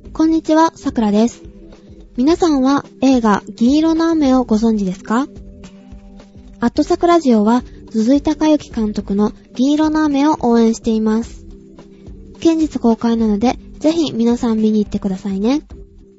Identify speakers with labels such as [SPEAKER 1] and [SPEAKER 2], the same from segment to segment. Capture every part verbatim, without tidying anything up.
[SPEAKER 1] こんにちは、さくらです。皆さんは映画銀色の雨をご存知ですか？アットサクラジオは鈴井貴之監督の銀色の雨を応援しています。近日公開なのでぜひ皆さん見に行ってくださいね。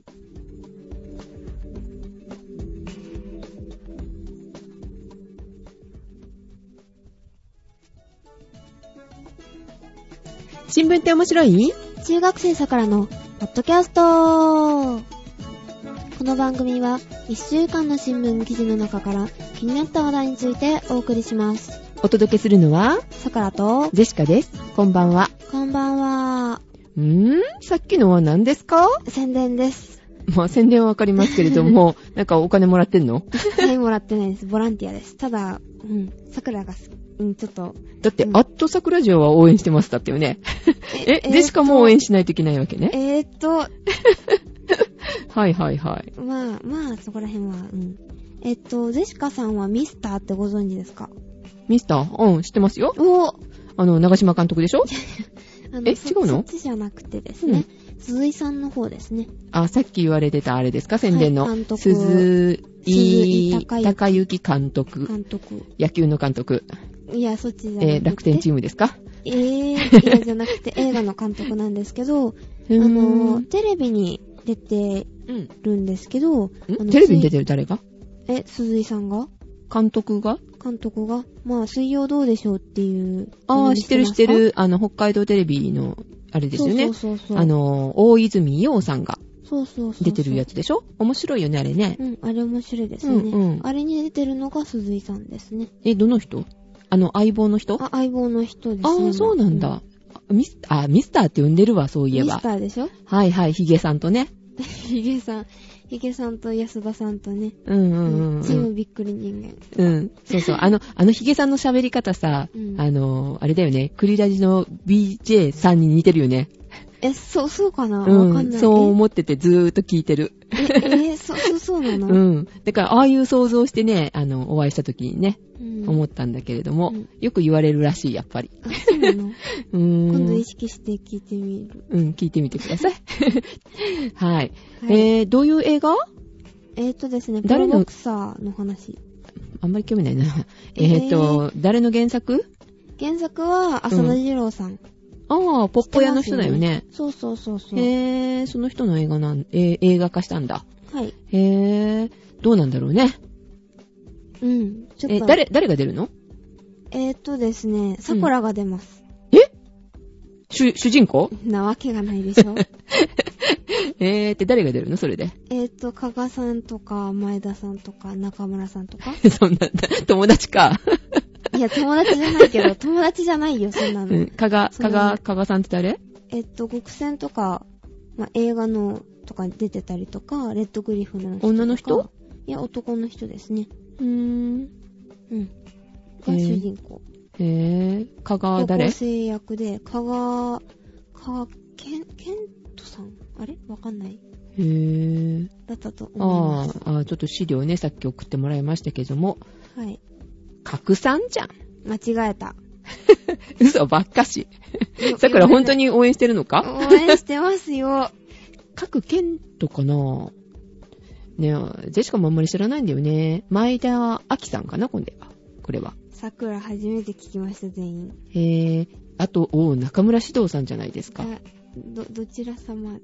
[SPEAKER 2] 新聞って面白い？
[SPEAKER 1] 中学生さくらのポッドキャスト。この番組はいっしゅうかんの新聞記事の中から気になった話題についてお送りします。
[SPEAKER 2] お届けするのは
[SPEAKER 1] さくらと
[SPEAKER 2] ジェシカです。こんばんは。
[SPEAKER 1] こんばんは。
[SPEAKER 2] うーんさっきのは何ですか？
[SPEAKER 1] 宣伝です。
[SPEAKER 2] まあ宣伝はわかりますけれどもなんかお金もらってんの？
[SPEAKER 1] はい、もらってないです。ボランティアです。ただ、うん、さくらがす、うん、ちょっと。
[SPEAKER 2] だって、
[SPEAKER 1] うん、
[SPEAKER 2] アットサクラジオは応援してますだってよね。え、えジェシカも応援しないといけないわけね。
[SPEAKER 1] えーっと、
[SPEAKER 2] はいはいはい。
[SPEAKER 1] まあ、まあ、そこら辺は、うん。えっと、ジェシカさんはミスターってご存知ですか？
[SPEAKER 2] ミスター？うん、知ってますよ。
[SPEAKER 1] お
[SPEAKER 2] あの、長島監督でしょ？
[SPEAKER 1] あの
[SPEAKER 2] え、違うの？
[SPEAKER 1] そっちじゃなくてですね、うん、鈴井さんの方ですね。
[SPEAKER 2] あ、さっき言われてたあれですか？宣伝の。
[SPEAKER 1] はい、監督。
[SPEAKER 2] 鈴井貴之監督。
[SPEAKER 1] 監督。
[SPEAKER 2] 野球の監督。
[SPEAKER 1] いや、そっちじゃなくて。
[SPEAKER 2] えー、楽天チームですか？
[SPEAKER 1] えー、いや、じゃなくて映画の監督なんですけど、あの、テレビに出てるんですけど、
[SPEAKER 2] んあのテレビに出てる誰が？
[SPEAKER 1] え、鈴井さんが？
[SPEAKER 2] 監督が？
[SPEAKER 1] 監督がまあ、水曜どうでしょうっていう。
[SPEAKER 2] ああ、知ってる知ってる。あの、北海道テレビの、あれですよね。
[SPEAKER 1] そうそうそうそう。
[SPEAKER 2] あの、大泉洋さんが。
[SPEAKER 1] そうそうそう。
[SPEAKER 2] 出てるやつでしょ？面白いよね、あれね。
[SPEAKER 1] うん、あれ面白いですよね。うんうん、あれに出てるのが鈴井さんですね。
[SPEAKER 2] え、どの人？あの、相棒の人？
[SPEAKER 1] あ、相棒の人ですね。
[SPEAKER 2] ああ、そうなんだ。うん、ミス、あ、ミスターって呼んでるわ、そういえば。
[SPEAKER 1] ミスターでしょ？
[SPEAKER 2] はいはい、ヒゲさんとね。
[SPEAKER 1] ヒゲさん。ヒゲさんと安田さんとね。
[SPEAKER 2] うんうんうん、うん。
[SPEAKER 1] チームびっくり人間。
[SPEAKER 2] うん。そうそう。あの、あのヒゲさんの喋り方さ、うん、あの、あれだよね。クリラジの ビージェー さんに似てるよね。
[SPEAKER 1] え、そう、そうかな、
[SPEAKER 2] うん、
[SPEAKER 1] わかんない。
[SPEAKER 2] そう思っててずーっと聞いてる。
[SPEAKER 1] え、えー、そう、そう、そうなの？
[SPEAKER 2] うん。だから、ああいう想像してね、あの、お会いした時にね、うん、思ったんだけれども、うん、よく言われるらしい、やっぱり。
[SPEAKER 1] あ、そうなの？うーん。今度意識して聞いてみる。
[SPEAKER 2] うん、聞いてみてください。はい。はい、えー、どういう映画？
[SPEAKER 1] えーとですね、プロボクサーの話。
[SPEAKER 2] あんまり興味ないな。えーと、誰の原作？
[SPEAKER 1] 原作は、浅野二郎さん。うん、
[SPEAKER 2] ああ、ポッポ屋の人だよね。
[SPEAKER 1] そうそうそうそう。
[SPEAKER 2] へー、その人の映画なん、えー、映画化したんだ。
[SPEAKER 1] はい。
[SPEAKER 2] へー、どうなんだろうね。
[SPEAKER 1] うん。ちょっと。
[SPEAKER 2] え、誰、誰が出るの？
[SPEAKER 1] えーとですね、さくらが出ます。
[SPEAKER 2] うん、え？主、主人公？
[SPEAKER 1] なわけがないでしょ。
[SPEAKER 2] えーって誰が出るのそれで。
[SPEAKER 1] えーと、加賀さんとか、前田さんとか、中村さんとか。
[SPEAKER 2] そんな、友達か。
[SPEAKER 1] いや、友達じゃないけど、友達じゃないよ、そんなの。うん、
[SPEAKER 2] 加賀、加賀、加賀さんって誰？
[SPEAKER 1] えっと、極戦とか、まあ、映画のとかに出てたりとか、レッドグリフの人とか。
[SPEAKER 2] 女の人？
[SPEAKER 1] いや、男の人ですね。
[SPEAKER 2] うーん。
[SPEAKER 1] うん。が主人公。
[SPEAKER 2] へぇー。加賀誰？
[SPEAKER 1] 高校生役で、加賀、加賀、ケン、ケントさん？あれ？わかんない。
[SPEAKER 2] へぇー。
[SPEAKER 1] だったと思います。
[SPEAKER 2] ああ、ちょっと資料ね、さっき送ってもらいましたけども。
[SPEAKER 1] はい。
[SPEAKER 2] 拡散じゃん。
[SPEAKER 1] 間違えた。
[SPEAKER 2] 嘘ばっかし。さくら本当に応援してるのか？
[SPEAKER 1] 応援してますよ。
[SPEAKER 2] 各県とかなねえ、ジェシカもあんまり知らないんだよね。前田明さんかな、今度は。これは。
[SPEAKER 1] さくら初めて聞きました、全員。
[SPEAKER 2] へえ。あと、お中村獅童さんじゃないですか。
[SPEAKER 1] ど、どちら様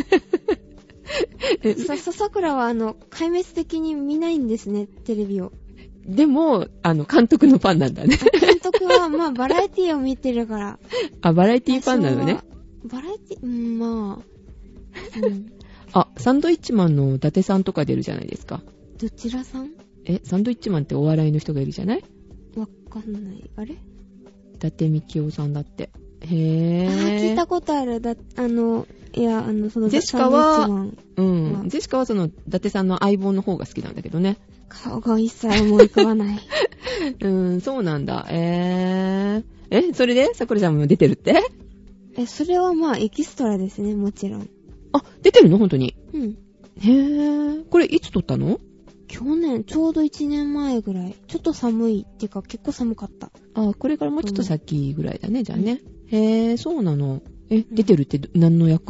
[SPEAKER 1] さ、さ、さくらはあの、壊滅的に見ないんですね、テレビを。
[SPEAKER 2] でも、あの、監督のファンなんだね。
[SPEAKER 1] 監督は、まあ、バラエティを見てるから。
[SPEAKER 2] あ、バラエティファンなのね。
[SPEAKER 1] バラエティ、うん、まあ。うん、
[SPEAKER 2] あ、サンドイッチマンの伊達さんとか出るじゃないですか。
[SPEAKER 1] どちらさん？
[SPEAKER 2] え、サンドイッチマンってお笑いの人がいるじゃない？
[SPEAKER 1] わかんない。あれ？
[SPEAKER 2] 伊達みきおさんだって。へぇー。
[SPEAKER 1] あ、聞いたことある。だ、あの、いや、あの、その、
[SPEAKER 2] ジェシカは、うん。ジェシカはその、伊達さんの相棒の方が好きなんだけどね。
[SPEAKER 1] 顔が一切思い浮かばない。
[SPEAKER 2] うん、そうなんだ。えー。え、それでさくらちゃんも出てるって？
[SPEAKER 1] え、それはまあ、エキストラですね、もちろん。
[SPEAKER 2] あ、出てるの本当に？
[SPEAKER 1] うん。
[SPEAKER 2] へー。これいつ撮ったの？
[SPEAKER 1] 去年、ちょうどいちねんまえぐらい。ちょっと寒いっていうか、結構寒かった。
[SPEAKER 2] あ、これからもうちょっと先ぐらいだね、じゃあね。へー、そうなの。え、出てるって何の役？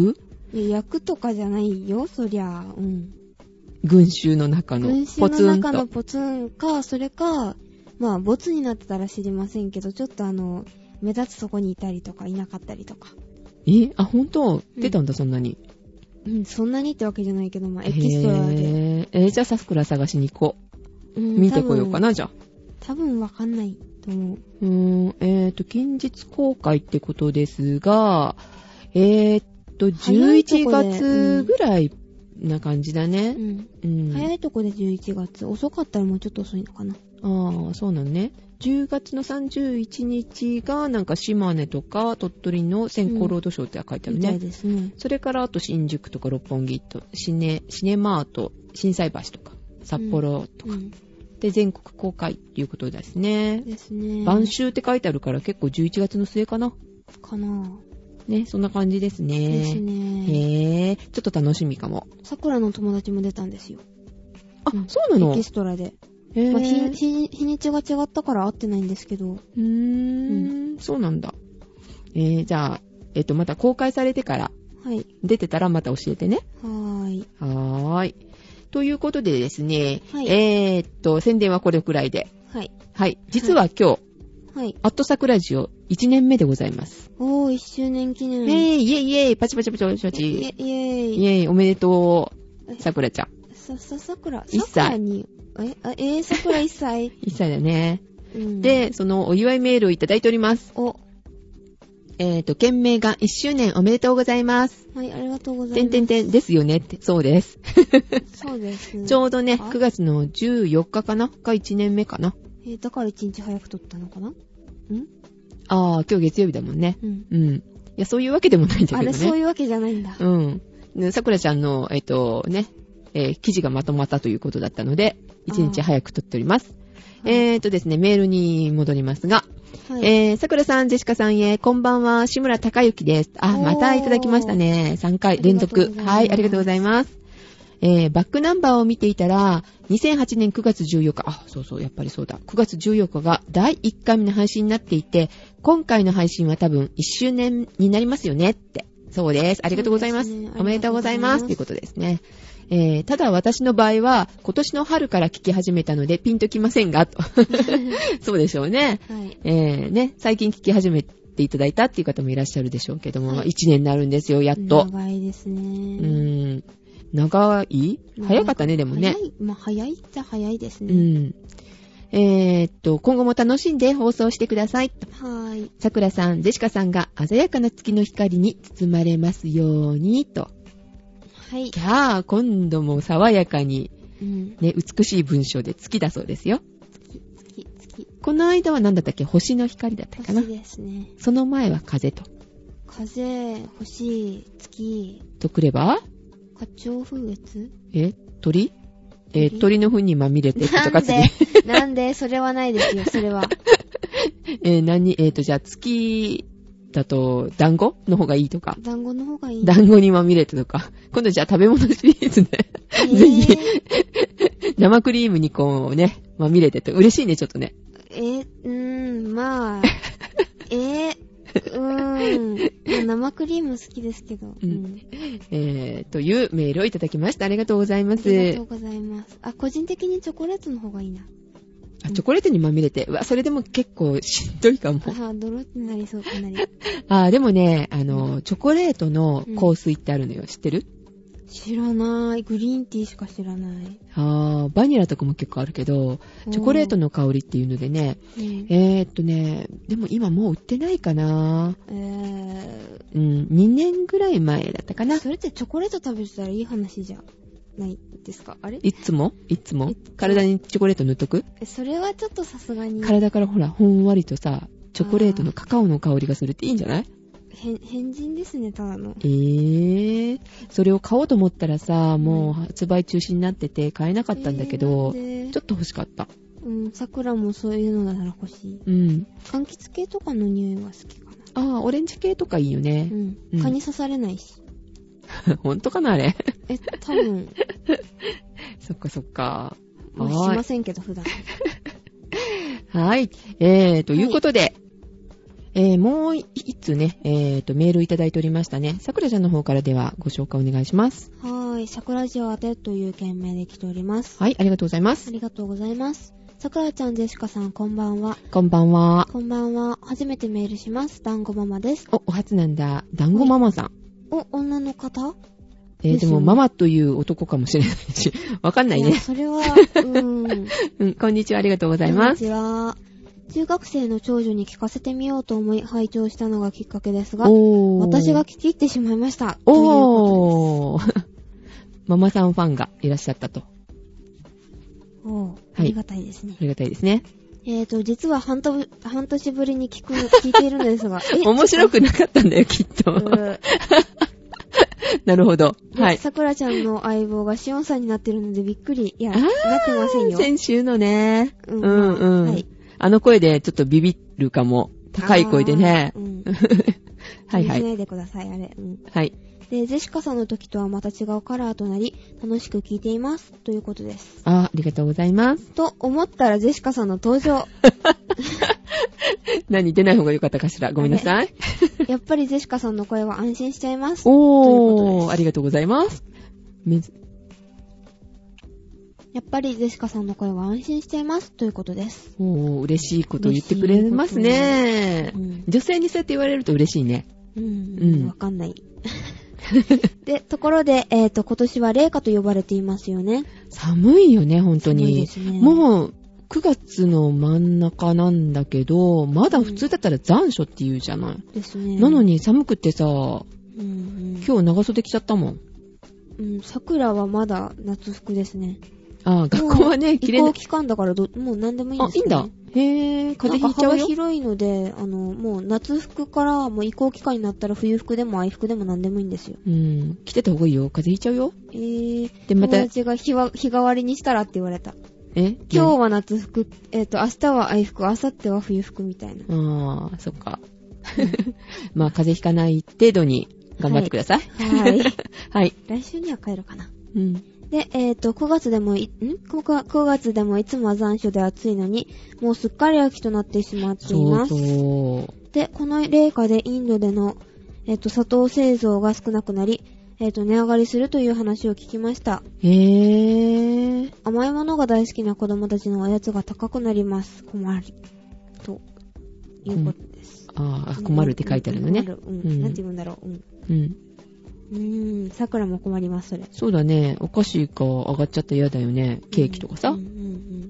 [SPEAKER 1] いや役とかじゃないよ、そりゃ。うん。
[SPEAKER 2] 群衆の中の
[SPEAKER 1] 群衆
[SPEAKER 2] ポツンと。
[SPEAKER 1] の中のポツンか、それか、まあ、ボツになってたら知りませんけど、ちょっとあの、目立つとこにいたりとか、いなかったりとか。
[SPEAKER 2] えあ、ほんと出たんだ、うん、そんなに。
[SPEAKER 1] うん、そんなにってわけじゃないけど、まあ、エキストラで。
[SPEAKER 2] えー、じゃあさくら探しに行こう。うん、見てこようかな、じゃあ。
[SPEAKER 1] 多分わかんないと思う。
[SPEAKER 2] うーん、えーと、近日公開ってことですが、えーと、じゅういちがつぐらいな感じだね。
[SPEAKER 1] うん。うん、早いとこでじゅういちがつ。遅かったらもうちょっと遅いのかな。
[SPEAKER 2] ああ、そうなんね。じゅうがつのさんじゅういちにちがなんか島根とか鳥取の先行ロードショーって書いてあるね。
[SPEAKER 1] うん、みたいですね。
[SPEAKER 2] それからあと新宿とか六本木とシネ、シネマート、心斎橋とか札幌とか、うん、で全国公開っていうことですね。
[SPEAKER 1] ですね。
[SPEAKER 2] 晩秋って書いてあるから結構じゅういちがつの末かな。
[SPEAKER 1] かな。
[SPEAKER 2] ね、そんな感じですね。
[SPEAKER 1] ですね。
[SPEAKER 2] へー、ちょっと楽しみかも。
[SPEAKER 1] 桜の友達も出たんですよ。
[SPEAKER 2] あ、うん、そうなの？
[SPEAKER 1] エキストラで。
[SPEAKER 2] へー、
[SPEAKER 1] まあ、日, 日, 日にちが違ったから会ってないんですけど。
[SPEAKER 2] うーん、うん、そうなんだ。えー、じゃあ、えっと、また公開されてから、
[SPEAKER 1] はい。
[SPEAKER 2] 出てたらまた教えてね。
[SPEAKER 1] はーい。
[SPEAKER 2] はーい。ということでですね、
[SPEAKER 1] はい、
[SPEAKER 2] えー、っと、宣伝はこれくらいで。
[SPEAKER 1] はい。
[SPEAKER 2] はい。実は今日、
[SPEAKER 1] はい。
[SPEAKER 2] アットサクラジオいちねんめでございます。
[SPEAKER 1] おー、いっしゅうねん記念。
[SPEAKER 2] えー、イェイイェイ、パチパチパチパチパチ。
[SPEAKER 1] イェイイェイ。
[SPEAKER 2] イェイ、おめでとう、さくらちゃん。
[SPEAKER 1] さ、さ、さくら。
[SPEAKER 2] いっさい。
[SPEAKER 1] にえ、あ、えー、さくらいっさい。
[SPEAKER 2] いっさいだね。
[SPEAKER 1] うん、
[SPEAKER 2] で、そのお祝いメールをいただいております。
[SPEAKER 1] お。
[SPEAKER 2] えっと、件名がいっしゅうねんおめでとうございます。
[SPEAKER 1] はい、ありがとうございます。
[SPEAKER 2] てんてんてんですよねって、そうです。
[SPEAKER 1] そうですね。
[SPEAKER 2] ちょうどね、くがつのじゅうよっかかながいちねんめかな。
[SPEAKER 1] えー、だからいちにち早く撮ったのかなん
[SPEAKER 2] ああ、今日月曜日だもんね。
[SPEAKER 1] うん。
[SPEAKER 2] うん。いや、そういうわけでもないんだけどね。
[SPEAKER 1] あれ、そういうわけじゃないんだ。
[SPEAKER 2] うん。さくらちゃんの、えっと、ね、えー、記事がまとまったということだったので、いちにち早く撮っております。えーとですね、メールに戻りますが、はい、えー、さくらさん、ジェシカさんへ、こんばんは、志村隆之です。あ、またいただきましたね。さんかい連続。はい、ありがとうございます。えー、バックナンバーを見ていたら、にせんはちねんくがつじゅうよっか、あ、そうそう、やっぱりそうだ。くがつじゅうよっかがだいいっかいめの配信になっていて、今回の配信は多分いっしゅうねんになりますよねって。そうです。ありがとうございます。ね、おめでとうございます。ということですね。えー、ただ私の場合は、今年の春から聞き始めたので、ピンときませんが、と。そうでしょうね。はい、えー、ね、最近聞き始めていただいたっていう方もいらっしゃるでしょうけども、はい、いちねんになるんですよ、やっと。
[SPEAKER 1] 長いですね。う
[SPEAKER 2] ーん。長い？早かったね、でもね。
[SPEAKER 1] 早い、まあ、早いっちゃ早いですね。
[SPEAKER 2] うん。えー、っと、今後も楽しんで放送してください。
[SPEAKER 1] はい。
[SPEAKER 2] さくらさん、ジェシカさんが鮮やかな月の光に包まれますように、と。
[SPEAKER 1] はい。
[SPEAKER 2] じゃあ、今度も爽やかに、
[SPEAKER 1] うん、
[SPEAKER 2] ね、美しい文章で月だそうですよ。
[SPEAKER 1] 月、月、月。
[SPEAKER 2] この間は何だったっけ？星の光だったかな。
[SPEAKER 1] 星ですね。
[SPEAKER 2] その前は風と。
[SPEAKER 1] 風、星、月。
[SPEAKER 2] とくれば？
[SPEAKER 1] 花鳥風月？
[SPEAKER 2] え、鳥？えー、鳥の糞にまみれてとか次。
[SPEAKER 1] なんでなんでそれはないですよ、それは。
[SPEAKER 2] えー、何、えーと、じゃあ月だと、団子の方がいいとか。
[SPEAKER 1] 団子の方がいい。
[SPEAKER 2] 団子にまみれてとか。今度じゃあ食べ物シリーズで、えー、ぜひ、生クリームにこうね、まみれてと。嬉しいね、ちょっとね。
[SPEAKER 1] えー、うーん、まあ、えー、うーん、生クリーム好きですけど。
[SPEAKER 2] うん、えー、というメールをいただきました。ありがとうございます。
[SPEAKER 1] ありがとうございます。あ、個人的にチョコレートの方がいいな。
[SPEAKER 2] あ、チョコレートにまみれて。うわ、それでも結構しんどいかも。
[SPEAKER 1] あ、ドロってなりそうかなり。
[SPEAKER 2] あ、でもね、あの、うん、チョコレートの香水ってあるのよ。知ってる？
[SPEAKER 1] 知らない。グリーンティーしか知らない。
[SPEAKER 2] あー、バニラとかも結構あるけど、チョコレートの香りっていうのでね、うん、えーっとね、でも今もう売ってないかな。
[SPEAKER 1] えー、
[SPEAKER 2] うん、にねんぐらい前だったかな。
[SPEAKER 1] それってチョコレート食べてたらいい話じゃないですか？あれ？
[SPEAKER 2] いつもいつも体にチョコレート塗っとく？
[SPEAKER 1] え、それはちょっとさすがに。
[SPEAKER 2] 体からほら、ほんわりとさ、チョコレートのカカオの香りがするっていいんじゃない？
[SPEAKER 1] 変、変人ですね、ただの。
[SPEAKER 2] えー、それを買おうと思ったらさ、もう発売中止になってて買えなかったんだけど、えー、ちょっと欲しかった。
[SPEAKER 1] うん、桜もそういうのだったら欲しい。
[SPEAKER 2] うん。
[SPEAKER 1] 柑橘系とかの匂いが好きか
[SPEAKER 2] な。ああ、オレンジ系とかいいよね。
[SPEAKER 1] うん。うん、蚊に刺されないし。
[SPEAKER 2] ほんとかなあれ。
[SPEAKER 1] え、多分。
[SPEAKER 2] そっかそっか。
[SPEAKER 1] まあ、しませんけど、普段。
[SPEAKER 2] はい。えー、ということで、はい、 えー、もう一つね、えーと、メールいただいておりましたね。さくらちゃんの方からではご紹介お願いします。
[SPEAKER 1] はーい、さくらジオ宛てという件名で来ております。
[SPEAKER 2] はい、ありがとうございます。
[SPEAKER 1] ありがとうございます。さくらちゃん、ジェシカさん、こんばんは。
[SPEAKER 2] こんばんは。
[SPEAKER 1] こんばんは。初めてメールします。団子ママです。
[SPEAKER 2] お、お初なんだ。団子ママさん。
[SPEAKER 1] お、女の方
[SPEAKER 2] えー、でも、ママという男かもしれないし、わかんないね。い
[SPEAKER 1] や、それは、うーん。
[SPEAKER 2] うん、こんにちは、ありがとうございます。
[SPEAKER 1] こんにちは。中学生の長女に聞かせてみようと思い拝聴したのがきっかけですが、私が聞き入ってしまいました。
[SPEAKER 2] おー。ママさんファンがいらっしゃったと。
[SPEAKER 1] おー、ありがたいですね。
[SPEAKER 2] ありがたいですね。
[SPEAKER 1] えーと、実は半と半年ぶりに聞く、聞いているのですが、
[SPEAKER 2] え面白くなかったんだよ、きっと。なるほど。はい。
[SPEAKER 1] さくらちゃんの相棒がしおんさんになってるのでびっくり。いや、なってませんよ。
[SPEAKER 2] 先週のね。
[SPEAKER 1] うん、
[SPEAKER 2] うんうん。はい。あの声でちょっとビビるかも。高い声でね。うん、
[SPEAKER 1] はいはい。気にしないでください、あれ。うん、
[SPEAKER 2] はい。
[SPEAKER 1] で、ジェシカさんの時とはまた違うカラーとなり、楽しく聞いています。ということです。
[SPEAKER 2] あ、ありがとうございます。
[SPEAKER 1] と思ったらジェシカさんの登場。
[SPEAKER 2] 何出ない方がよかったかしら。ごめんなさい。
[SPEAKER 1] やっぱりジェシカさんの声は安心しちゃいます。
[SPEAKER 2] おー、ありがとうございます。
[SPEAKER 1] やっぱりジェシカさんの声は安心しちゃいます。ということです。
[SPEAKER 2] おー、嬉しいこと言ってくれますね。うん、女性にそうやって言われると嬉しいね。
[SPEAKER 1] うん、うん、わかんない。で、ところで、えっと、今年は冷夏と呼ばれていますよね。
[SPEAKER 2] 寒いよね、本当に。
[SPEAKER 1] 寒いですね。
[SPEAKER 2] もう、くがつの真ん中なんだけど、まだ普通だったら残暑って言うじゃない。
[SPEAKER 1] うん、ですね。
[SPEAKER 2] なのに寒くてさ、
[SPEAKER 1] うんうん、
[SPEAKER 2] 今日長袖着ちゃったもん。
[SPEAKER 1] うん、桜はまだ夏服ですね。
[SPEAKER 2] ああ、学校はね、
[SPEAKER 1] 着れない。移行期間だからど、もう何でもいいんですよ、ね。
[SPEAKER 2] あ、いいんだ。へぇー、風邪ひいちゃうよ。
[SPEAKER 1] 幅広いので、あの、もう夏服からもう移行期間になったら冬服でも愛服でも何でもいいんですよ。
[SPEAKER 2] うん。着てた方がいいよ。風邪ひいちゃうよ。
[SPEAKER 1] えー、で、また。友達が日は、日替わりにしたらって言われた。
[SPEAKER 2] え
[SPEAKER 1] 今日は夏服、えっと、明日は愛服、明後日は冬服みたいな。
[SPEAKER 2] ああ、そっか。まあ、風邪ひかない程度に頑張ってください。
[SPEAKER 1] はい。はい。
[SPEAKER 2] はい、
[SPEAKER 1] 来週には帰るかな。
[SPEAKER 2] うん。
[SPEAKER 1] で、えっと、くがつでもい、ん ?く 月でもいつもは残暑で暑いのに、もうすっかり秋となってしまっています。
[SPEAKER 2] そうそう。
[SPEAKER 1] で、この冷夏でインドでの、えっと、砂糖製造が少なくなり、えっと、値上がりするという話を聞きました。
[SPEAKER 2] へー。
[SPEAKER 1] 甘いものが大好きな子供たちのおやつが高くなります。困る。ということです。
[SPEAKER 2] うん、ああ、困るって書いてあるのね。
[SPEAKER 1] 困る。うん。うん、なんて言うんだろう。うん。
[SPEAKER 2] うん。
[SPEAKER 1] うーん、桜も困ります、それ。
[SPEAKER 2] そうだね。お菓子が上がっちゃったら嫌だよね。ケーキとかさ。うん、うん、うん。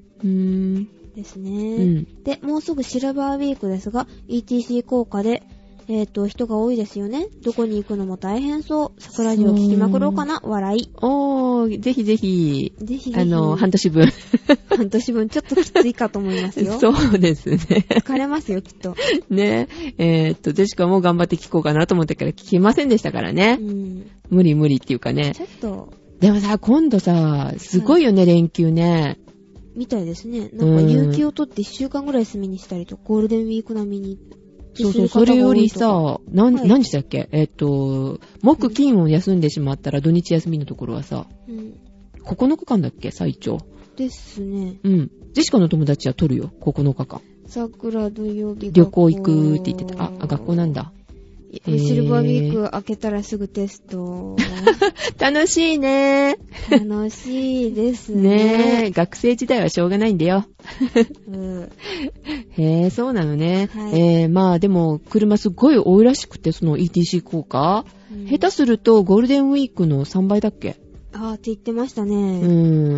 [SPEAKER 2] うーん。
[SPEAKER 1] ですね。うん。で、もうすぐシルバーウィークですが、イーティーシー 効果で、えっと、人が多いですよね。どこに行くのも大変そう。桜地を聞きまくろうかな。笑い。
[SPEAKER 2] おー、ぜひぜひ。
[SPEAKER 1] ぜひぜひ。
[SPEAKER 2] あの、半年分。
[SPEAKER 1] 半年分、ちょっときついかと思いますよ。
[SPEAKER 2] そうですね。
[SPEAKER 1] 疲れますよ、きっと。
[SPEAKER 2] ね。えー、っと、ジェシカも頑張って聞こうかなと思ったから聞きませんでしたからね。うん。無理無理っていうかね。
[SPEAKER 1] ちょっと。
[SPEAKER 2] でもさ、今度さ、すごいよね、はい、連休ね。
[SPEAKER 1] みたいですね。なんか、有給を取っていっしゅうかんぐらい休みにしたりと、ゴールデンウィーク並みに。
[SPEAKER 2] そうそう、それよりさ、なん、はい、何したっけえっと、木金を休んでしまったら土日休みのところはさ、うん、ここのかかんだっけ最長。
[SPEAKER 1] ですね。
[SPEAKER 2] うん。ジェシカの友達は取るよ、ここのかかん。
[SPEAKER 1] 桜土曜日
[SPEAKER 2] 旅行行くって言ってた。あ、あ学校なんだ。
[SPEAKER 1] シルバーウィーク開けたらすぐテスト。
[SPEAKER 2] 楽しいね。
[SPEAKER 1] 楽しいですね。
[SPEAKER 2] ねえ、学生時代はしょうがないんだよ。うん、へえ、そうなのね。はい、えー、まあでも、車すっごい多いらしくて、その イーティーシー 効果。うん、下手するとゴールデンウィークのさんばいだっけ？
[SPEAKER 1] あーって言ってましたね。
[SPEAKER 2] うん。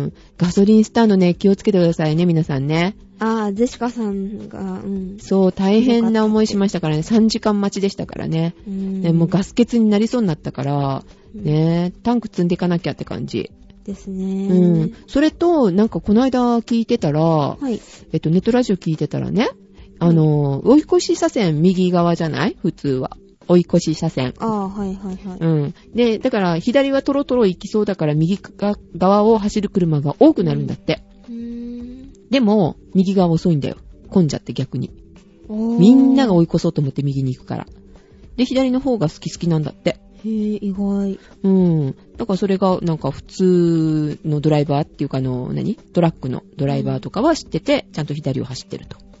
[SPEAKER 2] ガソリンスタンドね、気をつけてくださいね、皆さんね。
[SPEAKER 1] ああ、ジェシカさんが、うん。
[SPEAKER 2] そう、大変な思いしましたからね。さんじかん待ちでしたからね。うん、ねもうガス欠になりそうになったから、うん、ねタンク積んでいかなきゃって感じ。
[SPEAKER 1] ですね。
[SPEAKER 2] うん。それと、なんかこの間聞いてたら、はい、えっと、ネットラジオ聞いてたらね、あの、うん、追い越し車線右側じゃない普通は。追い越し車線。
[SPEAKER 1] ああ、はいはいはい。
[SPEAKER 2] うん。で、だから左はトロトロ行きそうだから右側を走る車が多くなるんだって。うん、うーんでも、右側遅いんだよ。混んじゃって逆に。みんなが追い越そうと思って右に行くから。で、左の方が好き好きなんだって。
[SPEAKER 1] へぇ、意外。
[SPEAKER 2] うん。だからそれがなんか普通のドライバーっていうかの、何トラックのドライバーとかは知ってて、ちゃんと左を走ってると。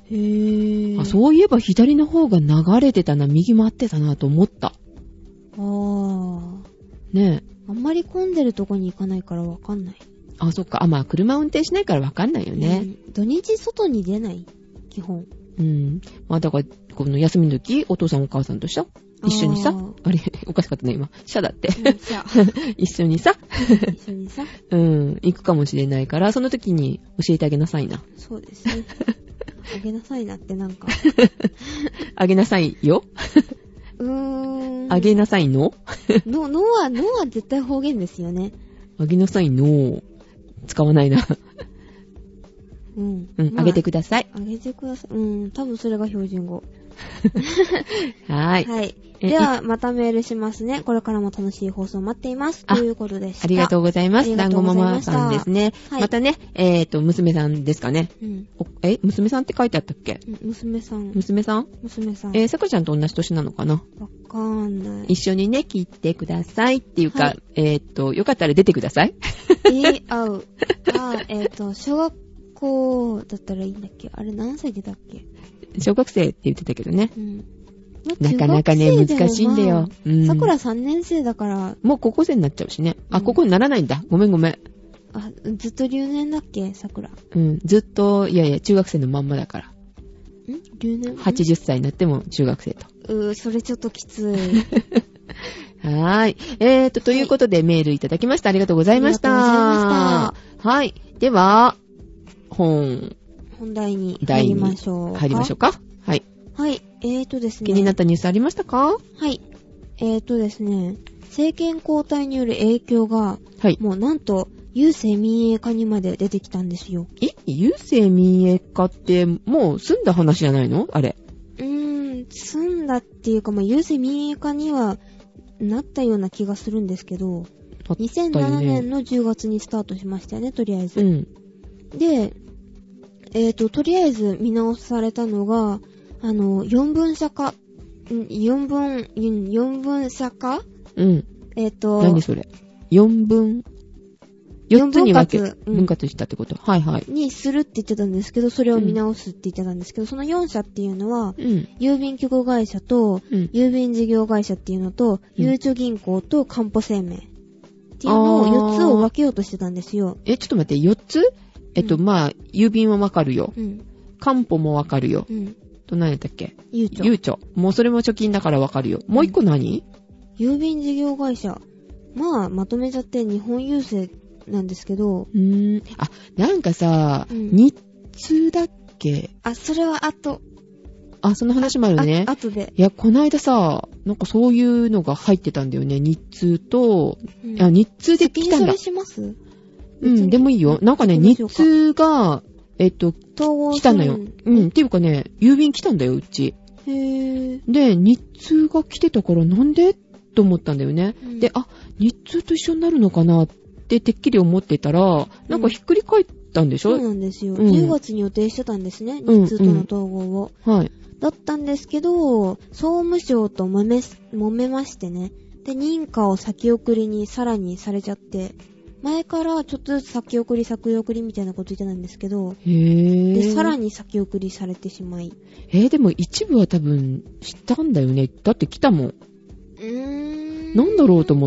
[SPEAKER 1] へー。
[SPEAKER 2] あ、そういえば左の方が流れてたな、右も合ってたなと思った。
[SPEAKER 1] あー。
[SPEAKER 2] ねえ。
[SPEAKER 1] あんまり混んでるとこに行かないからわかんない。
[SPEAKER 2] あ、そっか。あ、まあ、車運転しないからわかんないよね。
[SPEAKER 1] うん、土日外に出ない基本。
[SPEAKER 2] うん。まあ、だから、この休みの時、お父さんお母さんとした一緒にさ。あれ、おかしかったね、今。シャだって。
[SPEAKER 1] うん、シャ。
[SPEAKER 2] 一緒にさ。
[SPEAKER 1] 一緒にさ。
[SPEAKER 2] うん。行くかもしれないから、その時に教えてあげなさいな。
[SPEAKER 1] そうですね。あげなさいなってなんか。
[SPEAKER 2] あげなさいよ。
[SPEAKER 1] うーん。
[SPEAKER 2] あげなさいの
[SPEAKER 1] の、のは、のは絶対方言ですよね。
[SPEAKER 2] あげなさいの。使わないな。
[SPEAKER 1] うん。
[SPEAKER 2] うん、
[SPEAKER 1] まあ、
[SPEAKER 2] あげてください。
[SPEAKER 1] あげてください。うん、多分それが標準語。
[SPEAKER 2] はーい。
[SPEAKER 1] はい。では、またメールしますね。これからも楽しい放送待っています。ということでした。
[SPEAKER 2] ありがとうございます。団子ママさんですね。
[SPEAKER 1] はい、
[SPEAKER 2] またね、えっ、ー、と、娘さんですかね。
[SPEAKER 1] うん、
[SPEAKER 2] え、娘さんって書いてあったっけ？
[SPEAKER 1] 娘さん。
[SPEAKER 2] 娘さん
[SPEAKER 1] 娘さん。
[SPEAKER 2] えー、さくらちゃんと同じ年なのかな？
[SPEAKER 1] わかんない。
[SPEAKER 2] 一緒にね、聞いてくださいっていうか、
[SPEAKER 1] はい、
[SPEAKER 2] えっ、ー、と、よかったら出てください。
[SPEAKER 1] えー、あう。あ、えっ、ー、と、小学校だったらいいんだっけ？あれ何歳でだっけ？
[SPEAKER 2] 小学生って言ってたけどね。
[SPEAKER 1] うん。
[SPEAKER 2] なかなかね、難しいんだよ。
[SPEAKER 1] うん。さくらさんねん生だから。
[SPEAKER 2] もう高校生になっちゃうしね。あ、高校にならないんだ。ごめんごめん。
[SPEAKER 1] あ、ずっと留年だっけ、さくら。
[SPEAKER 2] うん、ずっと、いやいや、中学生のまんまだから。
[SPEAKER 1] ん留年
[SPEAKER 2] はちじゅっさいになっても中学生と。
[SPEAKER 1] うー、それちょっときつい。
[SPEAKER 2] はーい。えーと、ということで、はい、メールいただきました。ありがとうございました。ありがとうございました。はい。では、本、
[SPEAKER 1] 本題に入りましょうか。
[SPEAKER 2] 入りましょうか。はい。
[SPEAKER 1] はい。えーとですね。
[SPEAKER 2] 気になったニュースありましたか？
[SPEAKER 1] はい。えーとですね。政権交代による影響が、はい。もうなんと、郵政民営化にまで出てきたんですよ。
[SPEAKER 2] え、郵政民営化って、もう済んだ話じゃないの？あれ。
[SPEAKER 1] うーん、済んだっていうか、まあ、郵政民営化にはなったような気がするんですけど、にせんななねんのじゅうがつにスタートしましたよね、とりあえず。うん。で、えーと、とりあえず見直されたのが、あの、よんぶん社化、よんぶん、よんぶん社化？うん。えっ、ー、と、
[SPEAKER 2] 何それ？ よん 分、よっつに分け、分割したってこと、うん、はいはい。
[SPEAKER 1] にするって言ってたんですけど、それを見直すって言ってたんですけど、うん、そのよん社っていうのは、うん、郵便局会社と、うん、郵便事業会社っていうのと、うん、ゆうちょ銀行とかんぽ生命っていうのをよっつを分けようとしてたんですよ。
[SPEAKER 2] え、ちょっと待って、よっつ？えっと、うん、まあ、郵便はわかるよ。うん。かんぽもわかるよ。うん。と何やったっけ？
[SPEAKER 1] ゆうちょ。
[SPEAKER 2] ゆうちょ。もうそれも貯金だからわかるよ。もう一個何？
[SPEAKER 1] うん、郵便事業会社。まあ、まとめちゃって日本郵政なんですけど。
[SPEAKER 2] うーん。あ、なんかさ、うん、日通だっけ？
[SPEAKER 1] あ、それは後。
[SPEAKER 2] あ、その話もあるね。
[SPEAKER 1] あ、後で。
[SPEAKER 2] いや、こないださ、なんかそういうのが入ってたんだよね。日通と、うん、いや、日通で来たんだ。
[SPEAKER 1] 先にそれします？
[SPEAKER 2] うん、でもいいよ。なんかね、日通が、えっと、統合来たのよ。うん。っていうかね、郵便来たんだよ、うち。
[SPEAKER 1] へー。
[SPEAKER 2] で、日通が来てたからなんでと思ったんだよね。うん、で、あ、日通と一緒になるのかなっててっきり思ってたら、なんかひっくり返ったんでしょ？
[SPEAKER 1] そうなんですよ。うん、じゅうがつに予定してたんですね、日通との統合を。
[SPEAKER 2] うんうん、はい。
[SPEAKER 1] だったんですけど、総務省と揉め、揉めましてね。で、認可を先送りにさらにされちゃって、前からちょっとずつ先送り先送りみたいなこと言ってたんですけど、へー。で、さらに先送りされてしまい。
[SPEAKER 2] えー、でも一部は多分知ったんだよね。だって来たもん。う
[SPEAKER 1] ーん。
[SPEAKER 2] なんだろうと思って。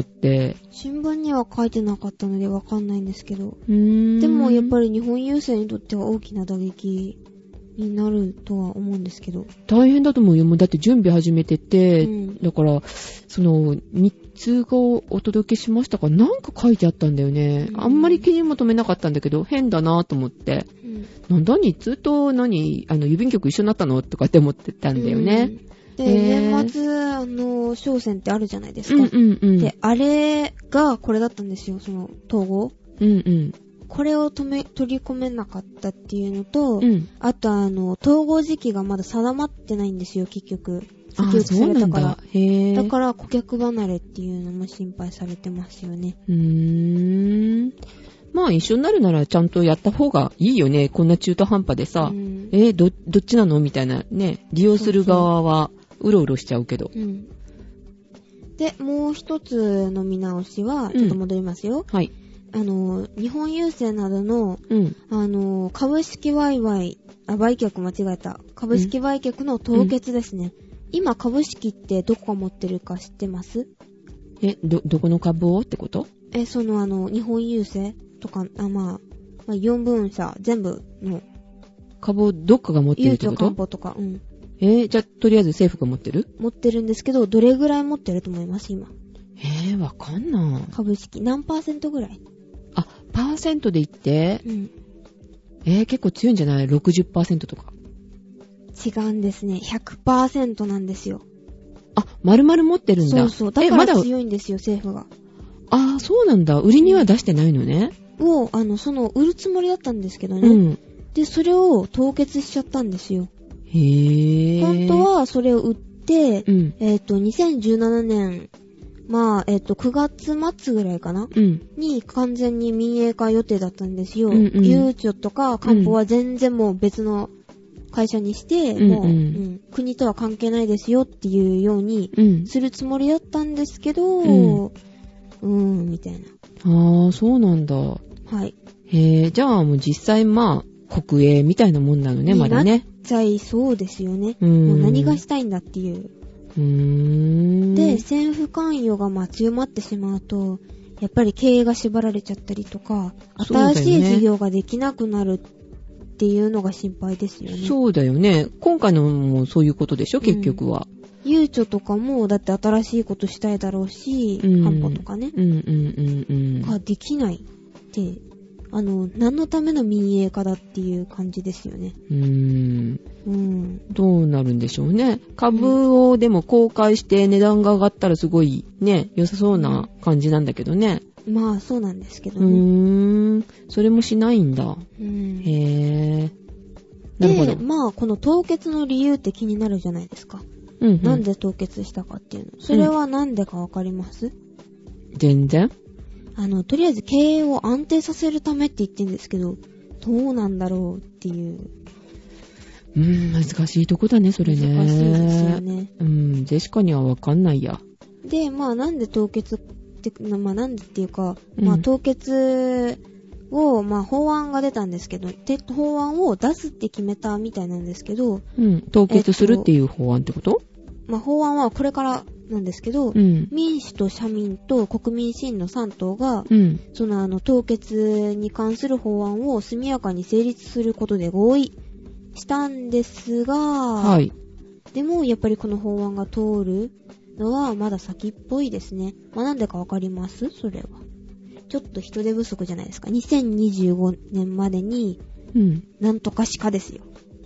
[SPEAKER 1] 新聞には書いてなかったのでわかんないんですけど。うーん。でもやっぱり日本郵政にとっては大きな打撃になるとは思うんですけど。
[SPEAKER 2] 大変だと思うよ。もうだって準備始めてて、うん、だから、その、日通がお届けしましたかなんか書いてあったんだよね。うん、あんまり気にも留めなかったんだけど、変だなと思って。うん、なんだ日通と何、あの、郵便局一緒になったのとかって思ってたんだよね。
[SPEAKER 1] うん、で、年末、あの、商戦ってあるじゃないですか。うんうんうん、で、あれがこれだったんですよ、その、統合。うんうん。これを止め、取り込めなかったっていうのと、うん、あとあの、統合時期がまだ定まってないんですよ、結局。先送りされたから。へー。だから顧客離れっていうのも心配されてますよね。
[SPEAKER 2] うーん。まあ一緒になるならちゃんとやった方がいいよね。こんな中途半端でさ、うん、えー、ど、どっちなのみたいなね、利用する側はうろうろしちゃうけど。
[SPEAKER 1] そうそう。うん。で、もう一つの見直しは、ちょっと戻りますよ。うん、はい。あの、日本郵政などの、うん、あの、株式売買あ、売却間違えた。株式売却の凍結ですね。うん、今株式ってどこが持ってるか知ってます？
[SPEAKER 2] え、ど、どこの株をってこと？
[SPEAKER 1] え、そのあの、日本郵政とか、あ、まあ、まあ、よんぶん社全部の。
[SPEAKER 2] 株をどっかが持ってるってこと？
[SPEAKER 1] ゆうちょかんぽとか、うん。
[SPEAKER 2] えー、じゃあ、とりあえず政府が持ってる？
[SPEAKER 1] 持ってるんですけど、どれぐらい持ってると思います、今？
[SPEAKER 2] えー、わかんない。
[SPEAKER 1] 株式、何パーセントぐらい？
[SPEAKER 2] あ、パーセントで言って、
[SPEAKER 1] うん。
[SPEAKER 2] えー、結構強いんじゃない？ ろくじゅっパーセント とか。
[SPEAKER 1] 違うんですね。ひゃくパーセント なんですよ。
[SPEAKER 2] あ、丸々持ってるんだ。
[SPEAKER 1] そうそう。だから強いんですよ、政府が。
[SPEAKER 2] ああ、そうなんだ。売りには出してないのね。
[SPEAKER 1] を、あの、その、売るつもりだったんですけどね。
[SPEAKER 2] うん。
[SPEAKER 1] で、それを凍結しちゃったんですよ。
[SPEAKER 2] へぇー。
[SPEAKER 1] 本当はそれを売って、
[SPEAKER 2] うん、
[SPEAKER 1] えっと、にせんじゅうななねん、まあ、えっと、くがつ末ぐらいかな、
[SPEAKER 2] うん、
[SPEAKER 1] に完全に民営化予定だったんですよ。
[SPEAKER 2] うんうん、
[SPEAKER 1] ゆうちょとかかんぽは全然もう別の会社にして、うん、もう、うん、国とは関係ないですよっていうようにするつもりだったんですけど、うん、うーん、みたいな。
[SPEAKER 2] ああ、そうなんだ。は
[SPEAKER 1] い。
[SPEAKER 2] へえ、じゃあもう実際まあ、国営みたいなもんなのね、まだね。
[SPEAKER 1] なっちゃいそうですよね。もう何がしたいんだっていう。
[SPEAKER 2] うーん
[SPEAKER 1] で、政府関与がまあ強まってしまうと、やっぱり経営が縛られちゃったりとか、新しい事業ができなくなるっていうのが心配ですよね。
[SPEAKER 2] そうだよね。今回のもそういうことでしょ、結局は。
[SPEAKER 1] うん、ゆうちょとかも、だって新しいことしたいだろうし、かんぽとかね。
[SPEAKER 2] うんうんうんうん。
[SPEAKER 1] ができないって、あの、何のための民営化だっていう感じですよね。
[SPEAKER 2] うーん。
[SPEAKER 1] うん。
[SPEAKER 2] どうなるんでしょうね。株をでも公開して値段が上がったらすごいね、良さそうな感じなんだけどね。
[SPEAKER 1] うん、まあそうなんですけどね。
[SPEAKER 2] うーん。それもしないんだ。
[SPEAKER 1] うん、
[SPEAKER 2] へー。なるほど。
[SPEAKER 1] で、まあこの凍結の理由って気になるじゃないですか。うん、うん。なんで凍結したかっていうの。それはなんでかわかります？うん、
[SPEAKER 2] 全然。
[SPEAKER 1] あの、とりあえず経営を安定させるためって言ってるんですけど、どうなんだろうっていう。
[SPEAKER 2] うーん、難しいとこだね、それね。
[SPEAKER 1] 難しいですよね。
[SPEAKER 2] うん、ジェシカにはわかんないや。
[SPEAKER 1] で、まあなんで凍結って、まあなんでっていうか、うん、まあ凍結を、まあ法案が出たんですけど、で、法案を出すって決めたみたいなんですけど、
[SPEAKER 2] うん、凍結するっていう法案ってこと？
[SPEAKER 1] えっと、まあ法案はこれからなんですけど、うん、民主と社民と国民新のさん党が、うん、そのあの凍結に関する法案を速やかに成立することで合意したんですが、はい、でもやっぱりこの法案が通るのはまだ先っぽいですね。まあなんでかわかります？それは。ちょっと人手不足じゃないですか。にせんにじゅうごねんまでに、うん、なんとかしかですよ。